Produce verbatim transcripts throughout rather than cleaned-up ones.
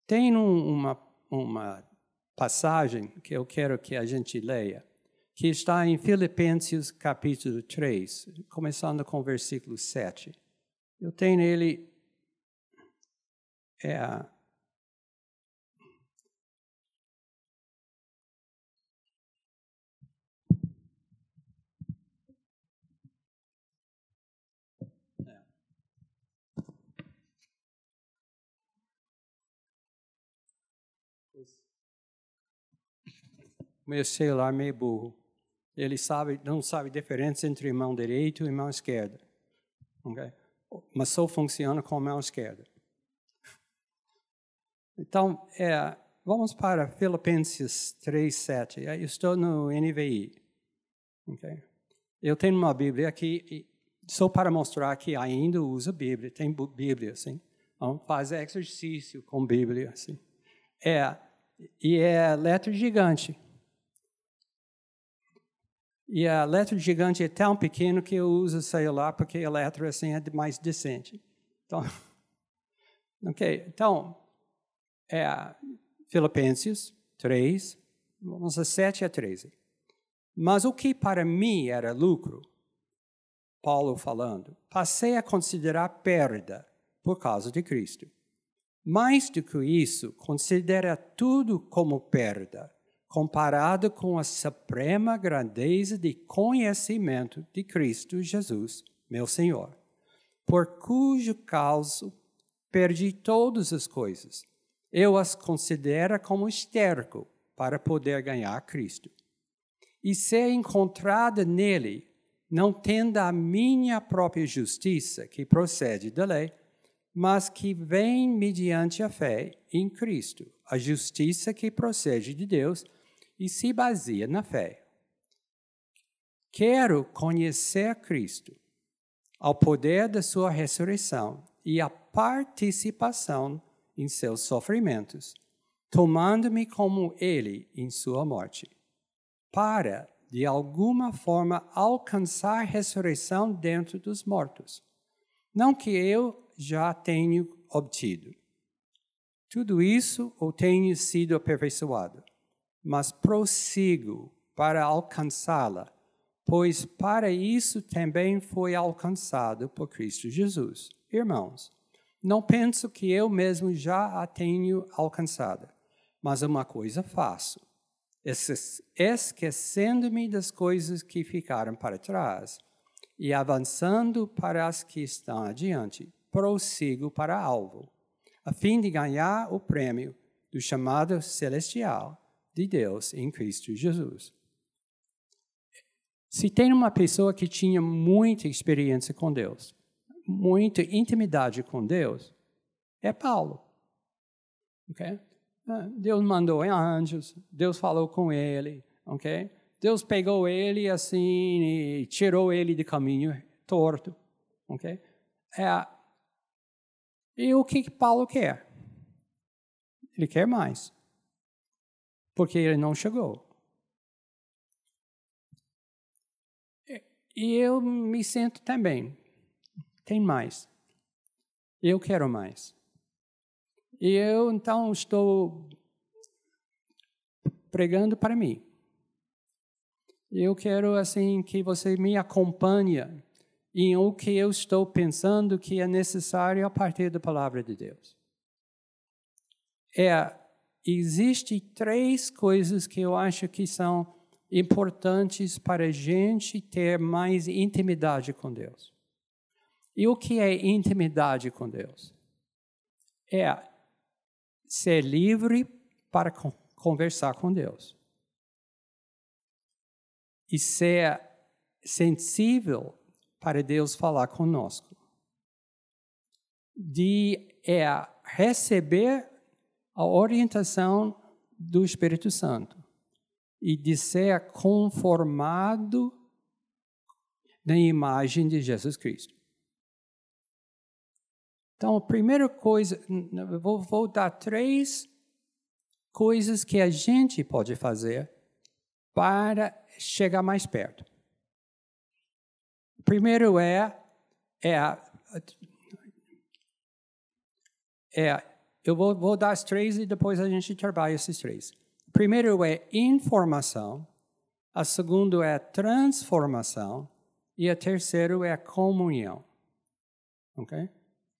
Tem um, uma, uma passagem que eu quero que a gente leia, que está em Filipenses capítulo três, começando com o versículo sete. Eu tenho ele... É, meu celular é meio burro. Ele sabe, não sabe a diferença entre mão direita e mão esquerda. Okay? Mas só funciona com a mão esquerda. Então, é, vamos para Filipenses três, sete. Eu estou no N V I. Okay? Eu tenho uma Bíblia aqui, só para mostrar que ainda uso Bíblia. Tem Bíblia, assim. Então, faz exercício com Bíblia, assim. É, e é letra gigante. E a letra gigante é tão pequena que eu uso o celular porque a letra assim é mais decente. Então, ok. Então, é Filipenses três, vamos a sete a treze. Mas o que para mim era lucro, Paulo falando, passei a considerar perda por causa de Cristo. Mais do que isso, considera tudo como perda, comparado com a suprema grandeza de conhecimento de Cristo Jesus, meu Senhor, por cujo causa perdi todas as coisas. Eu as considero como esterco para poder ganhar Cristo. E ser encontrada nele, não tendo a minha própria justiça, que procede da lei, mas que vem mediante a fé em Cristo, a justiça que procede de Deus e se baseia na fé. Quero conhecer Cristo, ao poder da sua ressurreição e a participação em seus sofrimentos, tomando-me como ele em sua morte, para, de alguma forma, alcançar a ressurreição dentro dos mortos. Não que eu já tenho obtido. Tudo isso ou tenho sido aperfeiçoado, mas prossigo para alcançá-la, pois para isso também foi alcançado por Cristo Jesus. Irmãos, não penso que eu mesmo já a tenho alcançada, mas uma coisa faço, esquecendo-me das coisas que ficaram para trás e avançando para as que estão adiante, prossigo para alvo, a fim de ganhar o prêmio do chamado celestial de Deus em Cristo Jesus. Se tem uma pessoa que tinha muita experiência com Deus, muita intimidade com Deus, é Paulo. Okay? Deus mandou anjos, Deus falou com ele, ok? Deus pegou ele assim e tirou ele do caminho torto, ok? É, e o que Paulo quer? Ele quer mais, porque ele não chegou. E eu me sinto também, tem mais. Eu quero mais. E eu, então, estou pregando para mim. Eu quero, assim, que você me acompanhe em o que eu estou pensando que é necessário a partir da palavra de Deus. É, existem três coisas que eu acho que são importantes para a gente ter mais intimidade com Deus. E o que é intimidade com Deus? É ser livre para conversar com Deus. E ser sensível para Deus falar conosco. De é, receber a orientação do Espírito Santo. E de ser conformado na imagem de Jesus Cristo. Então, a primeira coisa, eu vou, vou dar três coisas que a gente pode fazer para chegar mais perto. O primeiro é, é, é eu vou, vou dar as três e depois a gente trabalha esses três. O primeiro é informação, a segunda é transformação e a terceira é comunhão. Ok?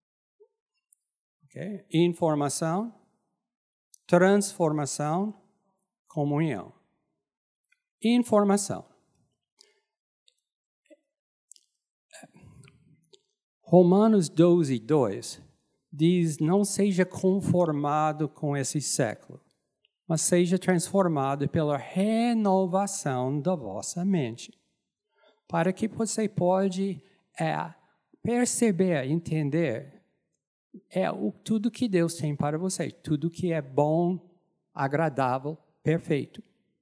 Ok? Informação, transformação, comunhão. Informação. Romanos doze, dois diz, não seja conformado com esse século, mas seja transformado pela renovação da vossa mente, para que você pode é, perceber, entender é, o, tudo que Deus tem para você, tudo que é bom, agradável, perfeito.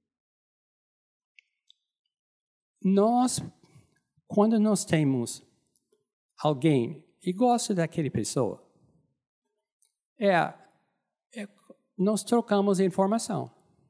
Nós, quando nós temos alguém e gosta daquela pessoa, é, é, nós trocamos informação.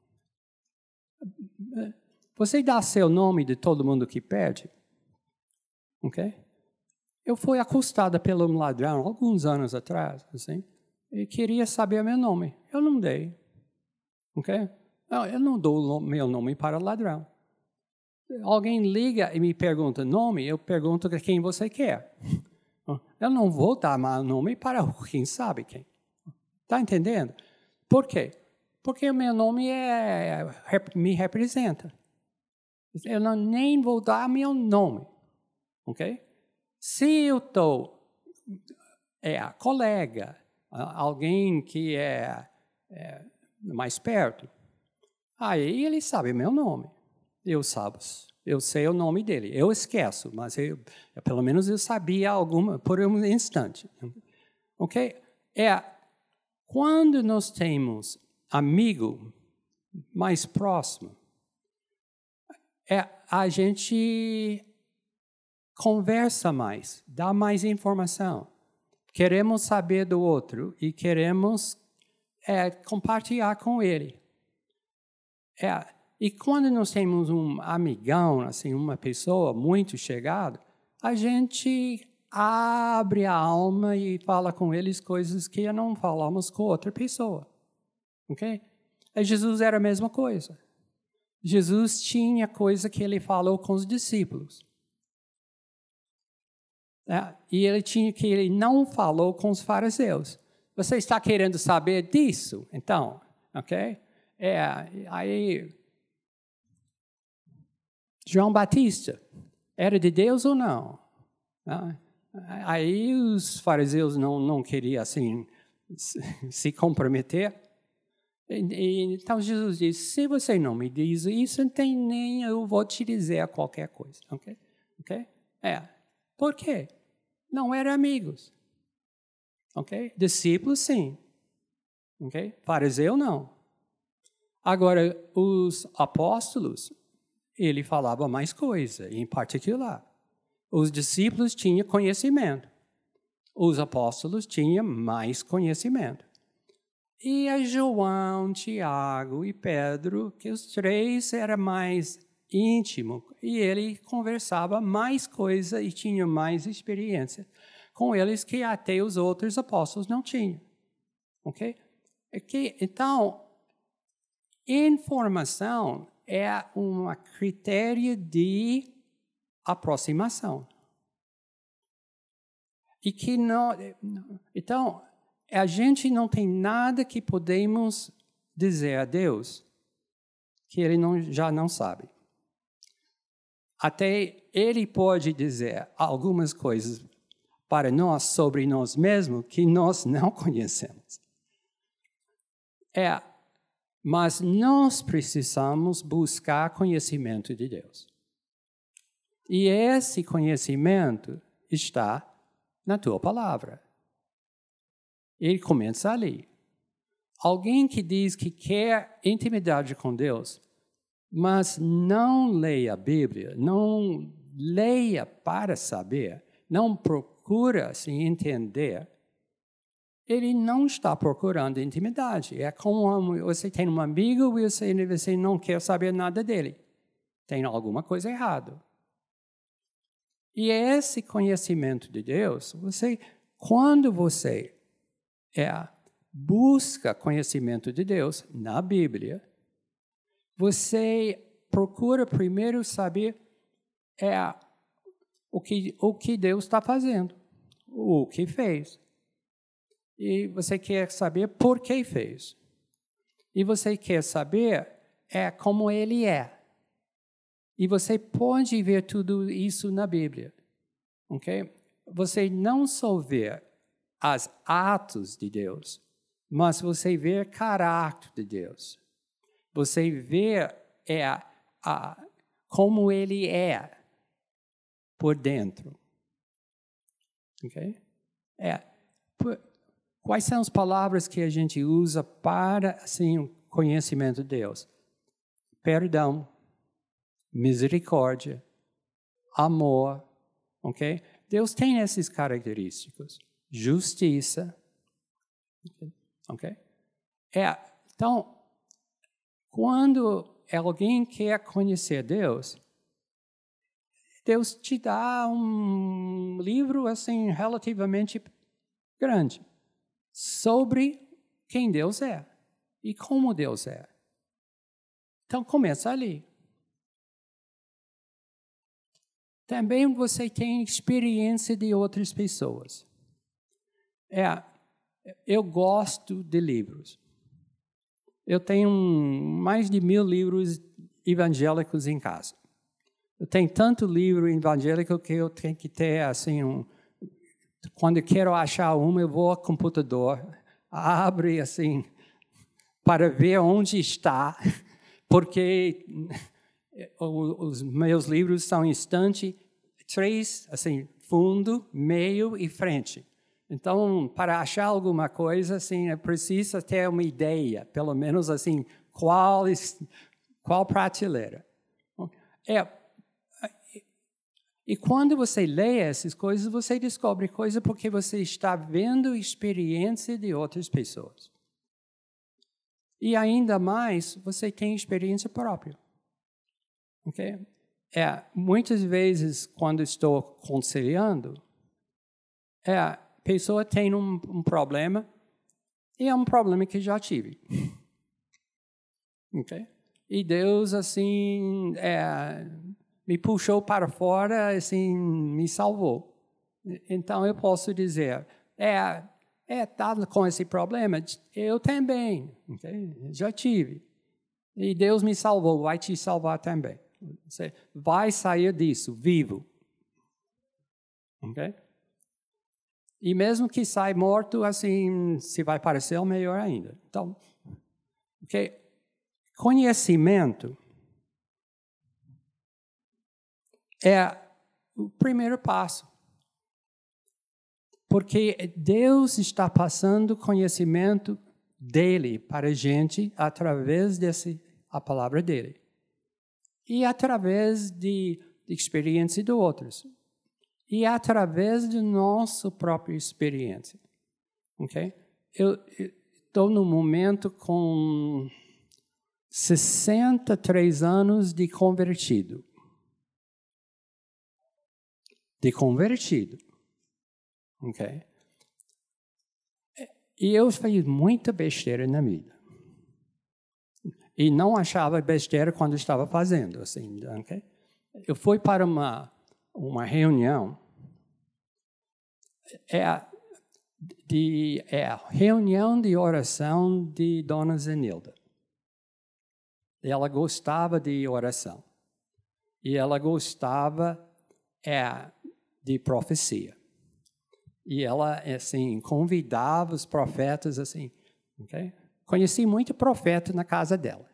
Você dá seu nome de todo mundo que pede? Ok? Eu fui acostada pelo um ladrão alguns anos atrás, assim, e queria saber meu nome. Eu não dei. Ok? Não, eu não dou meu nome para ladrão. Alguém liga e me pergunta nome, eu pergunto quem você quer. Eu não vou dar meu nome para quem sabe quem. Está entendendo? Por quê? Porque o meu nome é, me representa. Eu não, nem vou dar meu nome. Ok? Se eu estou, é a colega, alguém que é, é mais perto, aí ele sabe meu nome. Eu sabo, eu sei o nome dele. Eu esqueço, mas eu, pelo menos eu sabia alguma por um instante. Ok? É quando nós temos amigo mais próximo, é a gente conversa mais, dá mais informação. Queremos saber do outro e queremos é, compartilhar com ele. É, e quando nós temos um amigão, assim, uma pessoa muito chegada, a gente abre a alma e fala com eles coisas que não falamos com outra pessoa. Ok? E Jesus era a mesma coisa. Jesus tinha coisa que ele falou com os discípulos. É, e ele tinha que ele não falou com os fariseus. Você está querendo saber disso? Então, ok? É, aí, João Batista, era de Deus ou não? Aí os fariseus não, não queriam assim, se comprometer. E, e, então Jesus disse, se você não me diz isso, não tem nem eu vou te dizer qualquer coisa. Ok? Ok? É. Por quê? Não eram amigos. Ok? Discípulos, sim. Ok? Fariseu, não. Agora, os apóstolos, ele falava mais coisa, em particular. Os discípulos tinham conhecimento. Os apóstolos tinham mais conhecimento. E a João, Tiago e Pedro, que os três eram mais íntimos, e ele conversava mais coisa e tinha mais experiência com eles que até os outros apóstolos não tinham. Ok? É que, então, informação é um critério de aproximação. E que não, então, a gente não tem nada que podemos dizer a Deus que Ele não, já não sabe. Até Ele pode dizer algumas coisas para nós sobre nós mesmos que nós não conhecemos. É, mas nós precisamos buscar conhecimento de Deus. E esse conhecimento está na tua palavra. Ele começa ali. Alguém que diz que quer intimidade com Deus, mas não leia a Bíblia, não leia para saber, não procura se entender, ele não está procurando intimidade. É como você tem um amigo e você, você não quer saber nada dele. Tem alguma coisa errada. E esse conhecimento de Deus, você, quando você é, busca conhecimento de Deus na Bíblia, você procura primeiro saber é, o, que, o que Deus está fazendo, o que fez. E você quer saber por que fez. E você quer saber é, como Ele é. E você pode ver tudo isso na Bíblia. Okay? Você não só vê os atos de Deus, mas você vê o caráter de Deus. Você vê é, a, como Ele é por dentro. Okay? É, por, quais são as palavras que a gente usa para assim, o conhecimento de Deus? Perdão, misericórdia, amor, ok? Deus tem essas características. Justiça, ok? É, então, quando alguém quer conhecer Deus, Deus te dá um livro assim relativamente grande sobre quem Deus é e como Deus é. Então, começa ali. Também você tem experiência de outras pessoas. É, eu gosto de livros. Eu tenho mais de mil livros evangélicos em casa. Eu tenho tanto livro evangélico que eu tenho que ter, assim, um... Quando eu quero achar um, eu vou ao computador, abro, assim, para ver onde está, porque os meus livros são em estante, três, assim, fundo, meio e frente. Então, para achar alguma coisa, assim, é preciso ter uma ideia, pelo menos, assim, qual, qual prateleira. É, e quando você lê essas coisas, você descobre coisas porque você está vendo a experiência de outras pessoas. E ainda mais, você tem experiência própria. Okay? É, muitas vezes, quando estou aconselhando, é, a pessoa tem um, um problema, e é um problema que já tive. Okay? E Deus, assim, é, me puxou para fora, assim, me salvou. Então, eu posso dizer, é, é tá com esse problema? Eu também, okay? Já tive. E Deus me salvou, vai te salvar também. Você vai sair disso vivo. Ok? E mesmo que saia morto, assim, se vai parecer, melhor ainda. Então, okay? Conhecimento é o primeiro passo. Porque Deus está passando conhecimento dele para a gente através desse, a palavra dele. E através de, de experiência de outros. E através de nossa própria experiência. Ok? Eu estou no momento com sessenta e três anos de convertido. De convertido. Ok? E eu fiz muita besteira na vida. E não achava besteira quando estava fazendo. Assim, okay? Eu fui para uma, uma reunião, é, de, é reunião de oração de Dona Zenilda. Ela gostava de oração. E ela gostava é, de profecia. E ela, assim, convidava os profetas, assim, ok? Conheci muito profeta na casa dela.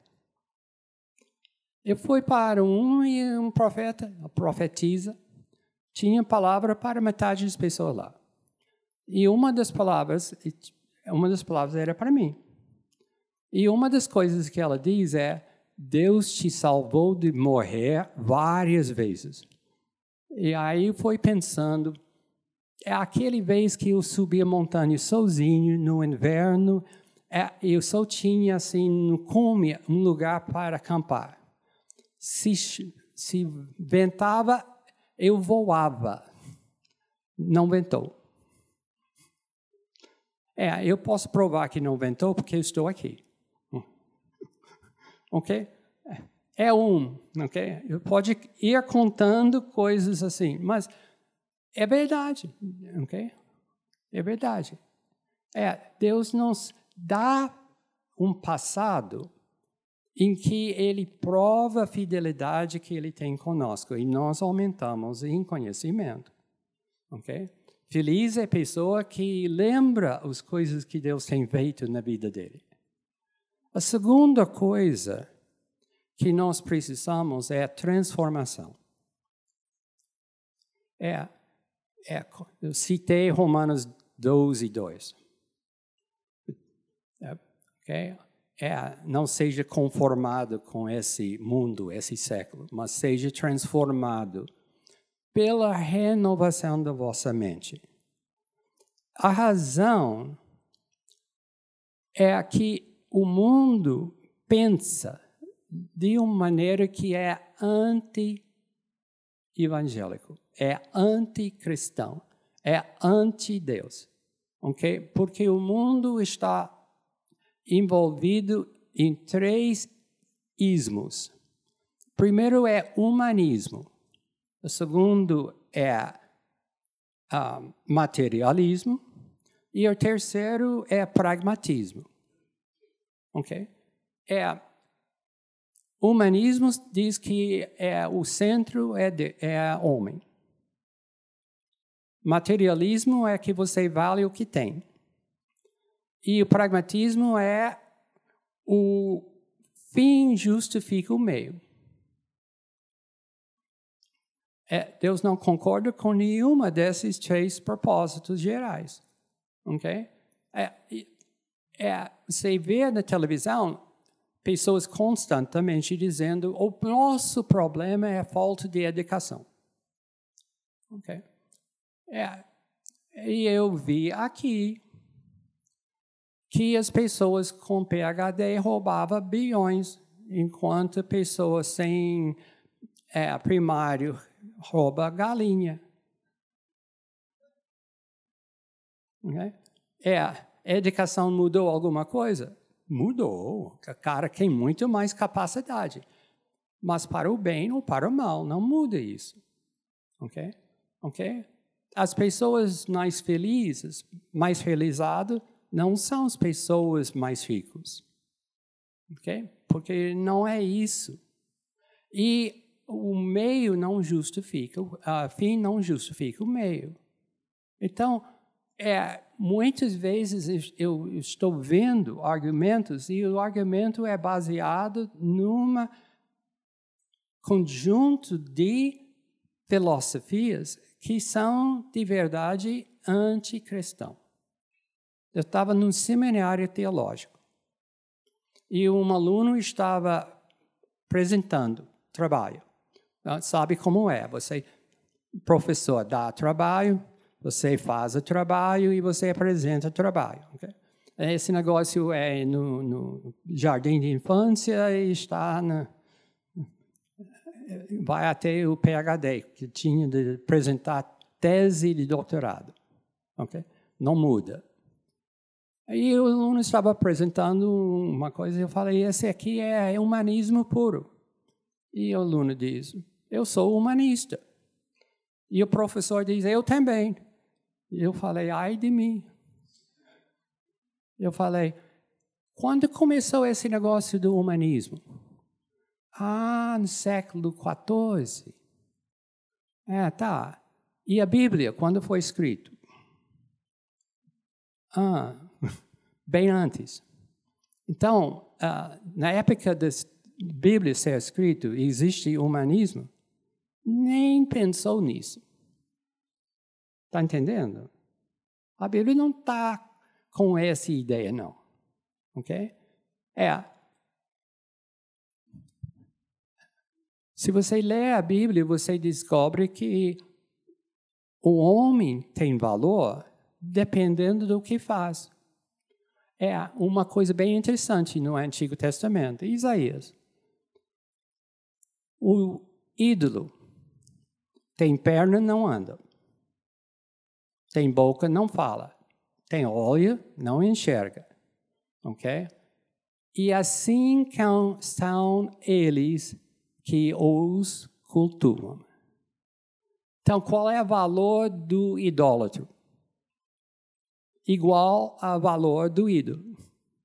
Eu fui para um e um profeta, uma profetisa, tinha palavra para metade das pessoas lá. E uma das palavras, uma das palavras era para mim. E uma das coisas que ela diz é, Deus te salvou de morrer várias vezes. E aí foi pensando, é aquele vez que eu subi a montanha sozinho, no inverno, é, eu só tinha, assim, no cume, um lugar para acampar. Se, se ventava, eu voava. Não ventou. É, eu posso provar que não ventou porque eu estou aqui. Ok? É um, ok? Eu pode ir contando coisas assim, mas é verdade, ok? É verdade. É, Deus nos dá um passado em que Ele prova a fidelidade que Ele tem conosco e nós aumentamos em conhecimento, ok? Feliz é a pessoa que lembra as coisas que Deus tem feito na vida dele. A segunda coisa que nós precisamos é a transformação. É, é, eu citei Romanos doze, dois. É, okay? É, não seja conformado com esse mundo, esse século, mas seja transformado pela renovação da vossa mente. A razão é que o mundo pensa de uma maneira que é anti-evangélico, é anticristão, é anti-Deus, ok? Porque o mundo está envolvido em três ismos. Primeiro é humanismo, o segundo é uh, materialismo e o terceiro é pragmatismo, ok? É O humanismo diz que é, o centro é, de, é homem. Materialismo é que você vale o que tem. E o pragmatismo é o fim justifica o meio. É, Deus não concorda com nenhuma desses três propósitos gerais. Okay? É, é, você vê na televisão pessoas constantemente dizendo o nosso problema é a falta de educação. Ok? É, e eu vi aqui que as pessoas com P H D roubavam bilhões, enquanto pessoas sem é, primário roubam galinha. Okay? É, a educação mudou alguma coisa? Mudou. O cara tem muito mais capacidade. Mas para o bem ou para o mal, não muda isso. Ok? Ok? As pessoas mais felizes, mais realizadas, não são as pessoas mais ricas. Ok? Porque não é isso. E o meio não justifica, o fim não justifica o meio. Então, é, muitas vezes eu estou vendo argumentos e o argumento é baseado num conjunto de filosofias que são, de verdade, anticristãos. Eu estava num seminário teológico e um aluno estava apresentando trabalho. Sabe como é? Você, professor, dá trabalho, você faz o trabalho e você apresenta o trabalho. Okay? Esse negócio é no, no jardim de infância e está na, vai até o P H D, que tinha de apresentar tese de doutorado. Okay? Não muda. Aí o aluno estava apresentando uma coisa e eu falei, esse aqui é humanismo puro. E o aluno diz, eu sou humanista. E o professor diz, eu também. E eu falei, ai de mim. Eu falei, quando começou esse negócio do humanismo? Ah, no século quatorze. É, tá. E a Bíblia, quando foi escrito? Ah, bem antes. Então, uh, na época da Bíblia ser escrito, existe humanismo? Nem pensou nisso. Está entendendo? A Bíblia não está com essa ideia, não. Ok? É. Se você lê a Bíblia, você descobre que o homem tem valor dependendo do que faz. É uma coisa bem interessante no Antigo Testamento. Isaías. O ídolo tem perna, não anda. Tem boca, não fala. tem olho, não enxerga. Ok? E assim são eles que os cultuam. Então, qual é o valor do idólatra? Igual ao valor do ídolo.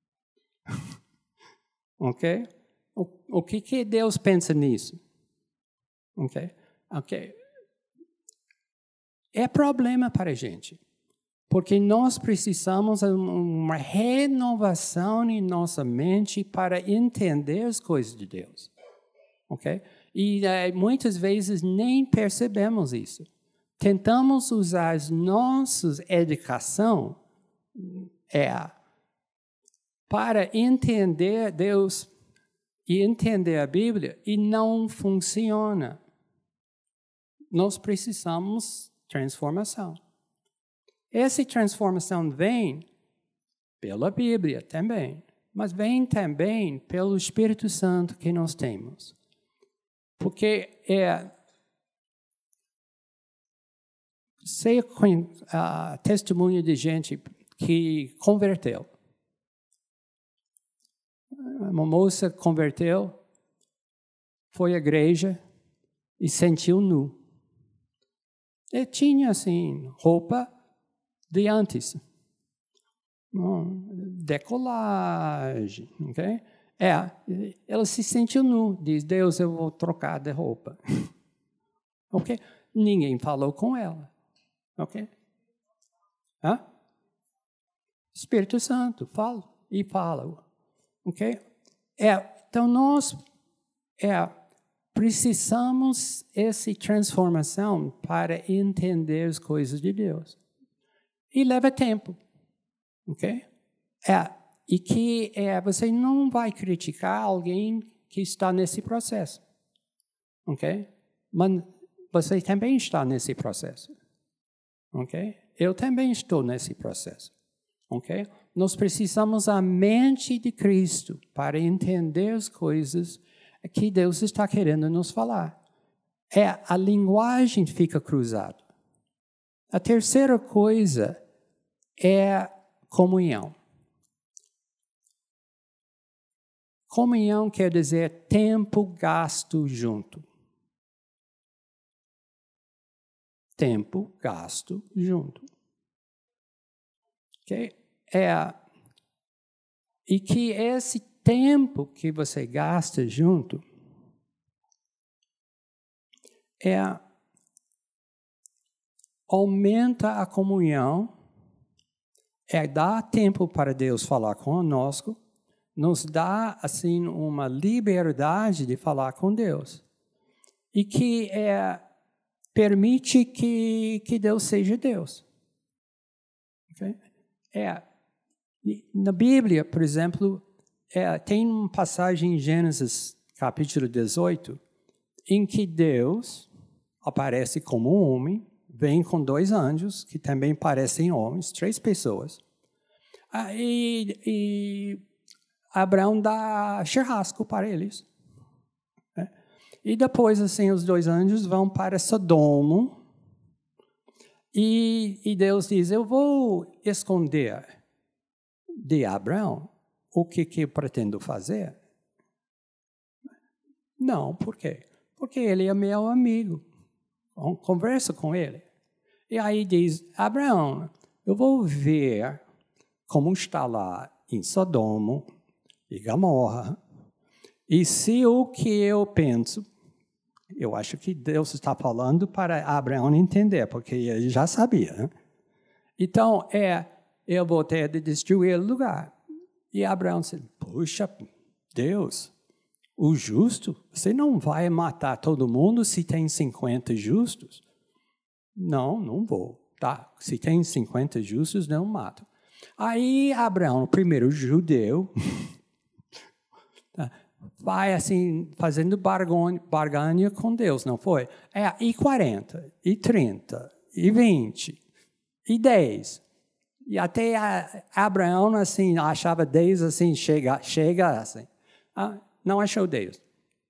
Ok? O, o que, que Deus pensa nisso? Ok? Ok. É problema para a gente. Porque nós precisamos de uma renovação em nossa mente para entender as coisas de Deus. Ok? E é, muitas vezes nem percebemos isso. Tentamos usar as nossas educação é, para entender Deus e entender a Bíblia e não funciona. Nós precisamos de transformação. Essa transformação vem pela Bíblia também, mas vem também pelo Espírito Santo que nós temos. Porque é, sei uh, testemunho de gente que converteu. Uma moça converteu, foi à igreja e sentiu nu. E tinha, assim, roupa de antes. Decolagem, ok? É, ela se sentiu nu. Diz, Deus, eu vou trocar de roupa. Ok? Ninguém falou com ela. Ok? Hã? Espírito Santo, fala e fala. Ok? É, então, nós é, precisamos dessa transformação para entender as coisas de Deus. E leva tempo. Ok? É, e que é, você não vai criticar alguém que está nesse processo. Ok? Mas você também está nesse processo. Ok? Eu também estou nesse processo. Ok? Nós precisamos da mente de Cristo para entender as coisas que Deus está querendo nos falar. É, a linguagem fica cruzada. A terceira coisa é comunhão. Comunhão quer dizer tempo gasto junto. Tempo gasto junto. Okay? É, e que esse tempo que você gasta junto é, aumenta a comunhão, é dar tempo para Deus falar conosco, nos dá assim uma liberdade de falar com Deus e que é, permite que, que Deus seja Deus. Okay? É, na Bíblia, por exemplo, é, tem uma passagem em Gênesis capítulo dezoito em que Deus aparece como um homem, vem com dois anjos que também parecem homens, três pessoas. Ah, e, e Abraão dá churrasco para eles. Né? E depois, assim, os dois anjos vão para Sodoma. E, e Deus diz, eu vou esconder de Abraão o que, que eu pretendo fazer. Não, por quê? Porque ele é meu amigo. Conversa com ele. E aí diz, Abraão, eu vou ver como está lá em Sodoma e Gomorra. E se o que eu penso, eu acho que Deus está falando para Abraão entender, porque ele já sabia. Né? Então, é, eu vou ter de destruir o lugar. E Abraão disse, puxa, Deus, o justo, você não vai matar todo mundo se tem cinquenta justos? Não, não vou. Tá, se tem cinquenta justos, não mato. Aí Abraão, o primeiro judeu, vai assim, fazendo barganha com Deus, não foi? É, e quarenta, e trinta, e vinte, e dez. E até a, Abraão, assim, achava dez, assim, chega, chega assim. Ah, não achou dez.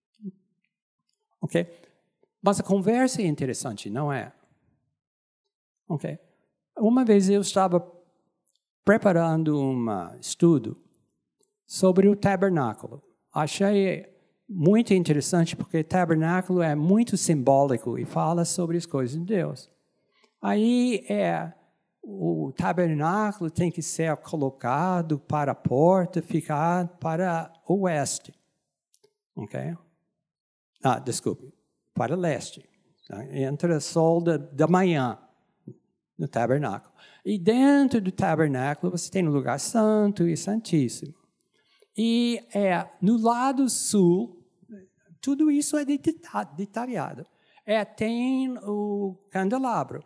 Ok? Mas a conversa é interessante, não é? Ok? Uma vez eu estava preparando um estudo sobre o tabernáculo. Achei muito interessante porque o tabernáculo é muito simbólico e fala sobre as coisas de Deus. Aí é, o tabernáculo tem que ser colocado para a porta, ficar para o oeste. Ok? Ah, desculpe, para o leste. Entra o sol da, da manhã no tabernáculo. E dentro do tabernáculo você tem o lugar santo e santíssimo. E é, no lado sul, tudo isso é detalhado. É, tem o candelabro.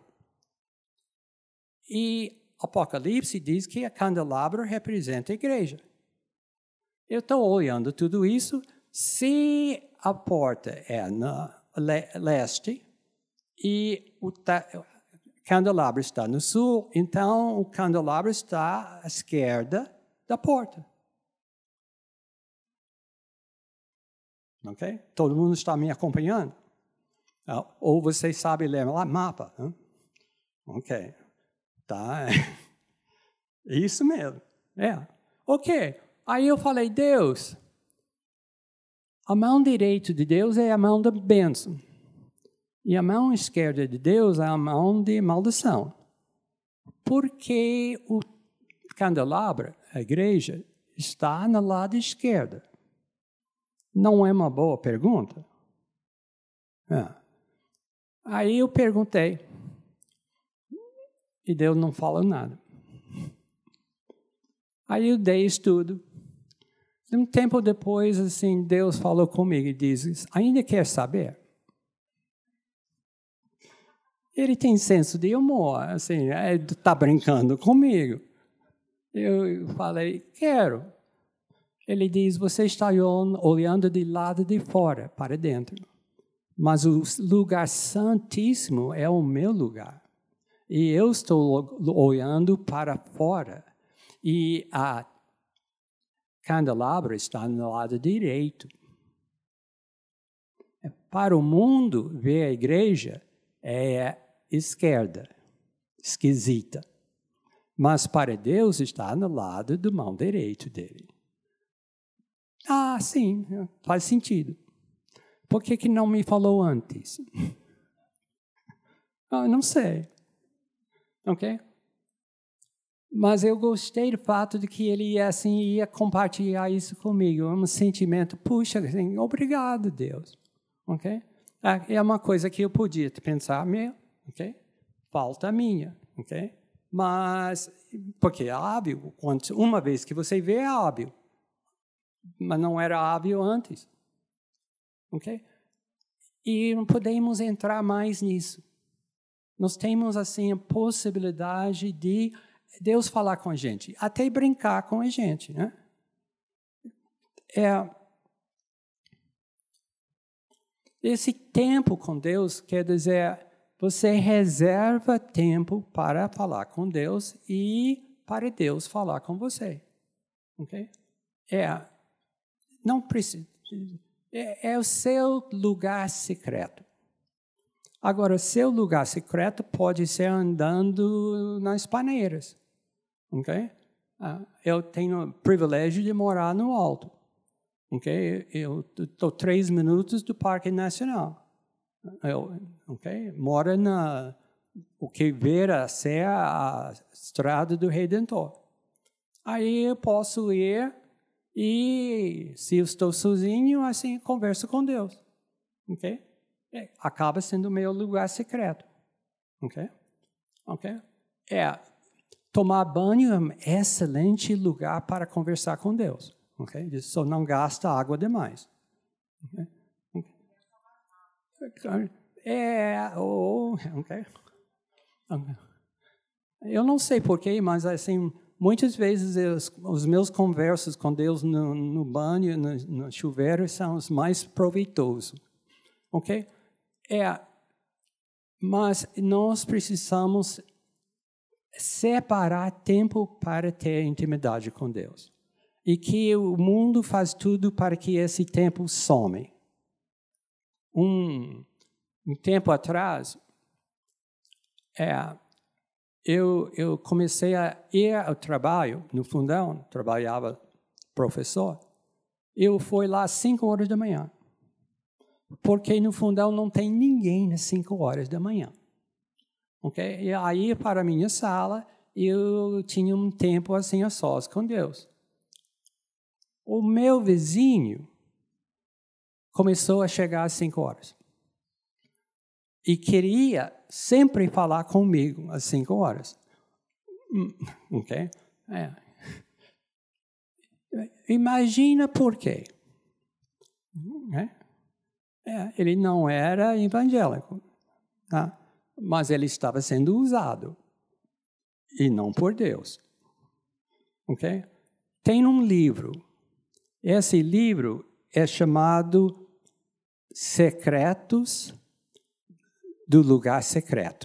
E Apocalipse diz que o candelabro representa a igreja. Eu estou olhando tudo isso. Se a porta é no leste e o candelabro está no sul, então o candelabro está à esquerda da porta. Ok? Todo mundo está me acompanhando? Ou vocês sabem ler lá mapa? Hein? Ok. Tá. Isso mesmo. É. Ok. Aí eu falei, Deus, a mão direita de Deus é a mão da bênção. E a mão esquerda de Deus é a mão de maldição. Por que o candelabro, a igreja, está no lado esquerdo? Não é uma boa pergunta? É. Aí eu perguntei. E Deus não falou nada. Aí eu dei estudo. Um tempo depois, assim, Deus falou comigo e disse, ainda quer saber? Ele tem senso de humor, assim, está brincando comigo. Eu falei, quero. Ele diz, você está olhando de lado de fora para dentro. Mas o lugar santíssimo é o meu lugar. E eu estou olhando para fora. E a candelabro está no lado direito. Para o mundo, ver a igreja é esquerda, esquisita. Mas para Deus está no lado do mão direito dele. Ah, sim, faz sentido. Por que que não me falou antes? Ah, não sei. Ok? Mas eu gostei do fato de que ele assim, ia compartilhar isso comigo. Um sentimento, puxa, assim, obrigado, Deus. Ok? É uma coisa que eu podia pensar, meu, ok? Falta minha, ok? Mas, porque é hábil, uma vez que você vê, é hábil. Mas não era hábil antes. Ok? E não podemos entrar mais nisso. Nós temos, assim, a possibilidade de Deus falar com a gente, até brincar com a gente, né? É, esse tempo com Deus quer dizer, você reserva tempo para falar com Deus e para Deus falar com você. Ok? É, não precisa, é, é o seu lugar secreto. Agora, o seu lugar secreto pode ser andando nas paneiras. Ok? Ah, eu tenho o privilégio de morar no alto. Ok? Eu estou três minutos do Parque Nacional. Eu, ok? Moro na o que vira ser a Estrada do Redentor. Aí eu posso ir e, se eu estou sozinho, assim, converso com Deus. Ok? É, acaba sendo o meu lugar secreto. Ok? Ok? É, tomar banho é um excelente lugar para conversar com Deus. Ok? Só não gasta água demais. Ok? É, ou, ok? Eu não sei porquê, mas assim, muitas vezes eu, os meus conversas com Deus no, no banho, no, no chuveiro, são os mais proveitosos. Ok? É, mas nós precisamos separar tempo para ter intimidade com Deus. E que o mundo faz tudo para que esse tempo some. Um, um tempo atrás, é, eu, eu comecei a ir ao trabalho, no fundão, trabalhava professor, eu fui lá às cinco horas da manhã, porque no fundão não tem ninguém às cinco horas da manhã. Okay? E aí, para a minha sala, eu tinha um tempo assim a sós com Deus. O meu vizinho começou a chegar às cinco horas. E queria sempre falar comigo às cinco horas. Ok? É. Imagina por quê. É. É, ele não era evangélico, tá? Mas ele estava sendo usado. E não por Deus. Ok? Tem um livro. Esse livro é chamado Secretos do Lugar Secreto.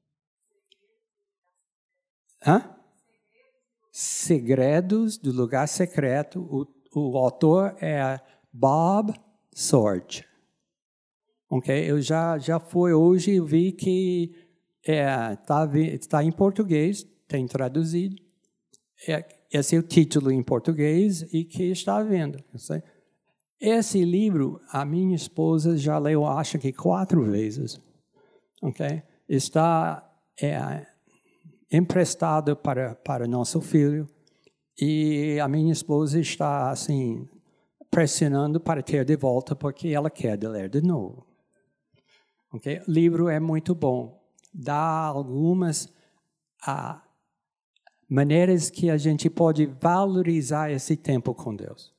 Hã? Segredos do Lugar Secreto. O, o autor é Bob Sorge. Ok? Eu já, já fui hoje e vi que está é, tá em português, tem traduzido. É, esse é o título em português e que está vendo. Esse livro, a minha esposa já leu, acho que quatro vezes. Okay? Está é, emprestado para, para nosso filho e a minha esposa está assim pressionando para ter de volta porque ela quer ler de novo. Okay? O livro é muito bom. Dá algumas ah, maneiras que a gente pode valorizar esse tempo com Deus.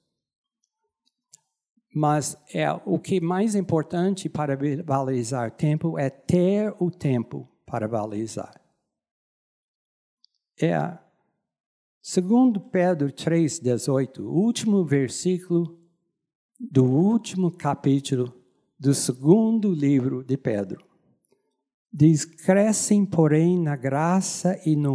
Mas é, o que é mais importante para valorizar o tempo é ter o tempo para valorizar. É, segundo Pedro três, dezoito, o último versículo do último capítulo do segundo livro de Pedro. Diz, crescem, porém, na graça e no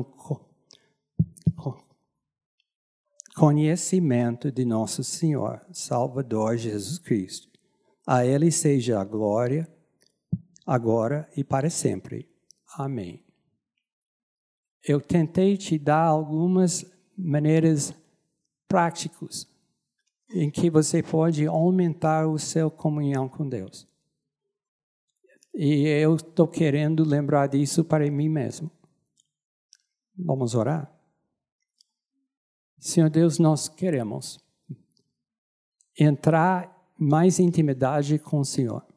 conhecimento de nosso Senhor, Salvador Jesus Cristo. A Ele seja a glória, agora e para sempre. Amém. Eu tentei te dar algumas maneiras práticas em que você pode aumentar o seu comunhão com Deus. E eu estou querendo lembrar disso para mim mesmo. Vamos orar? Senhor Deus, nós queremos entrar mais em intimidade com o Senhor,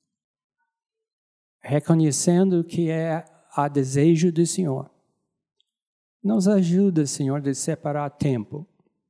reconhecendo que é a desejo do Senhor. Nos ajuda, Senhor, de separar tempo,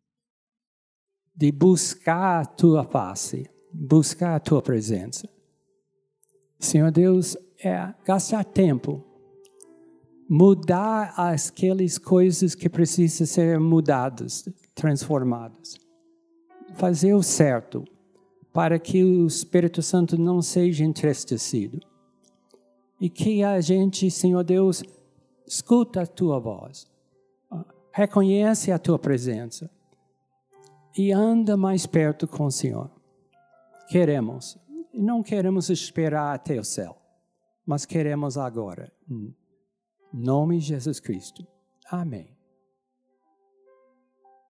de buscar a Tua face, buscar a Tua presença. Senhor Deus, é gastar tempo, mudar aquelas coisas que precisam ser mudadas, transformadas. Fazer o certo, para que o Espírito Santo não seja entristecido. E que a gente, Senhor Deus, escuta a Tua voz, reconhece a Tua presença e anda mais perto com o Senhor. Queremos, não queremos esperar até o céu, mas queremos agora. Em nome de Jesus Cristo. Amém.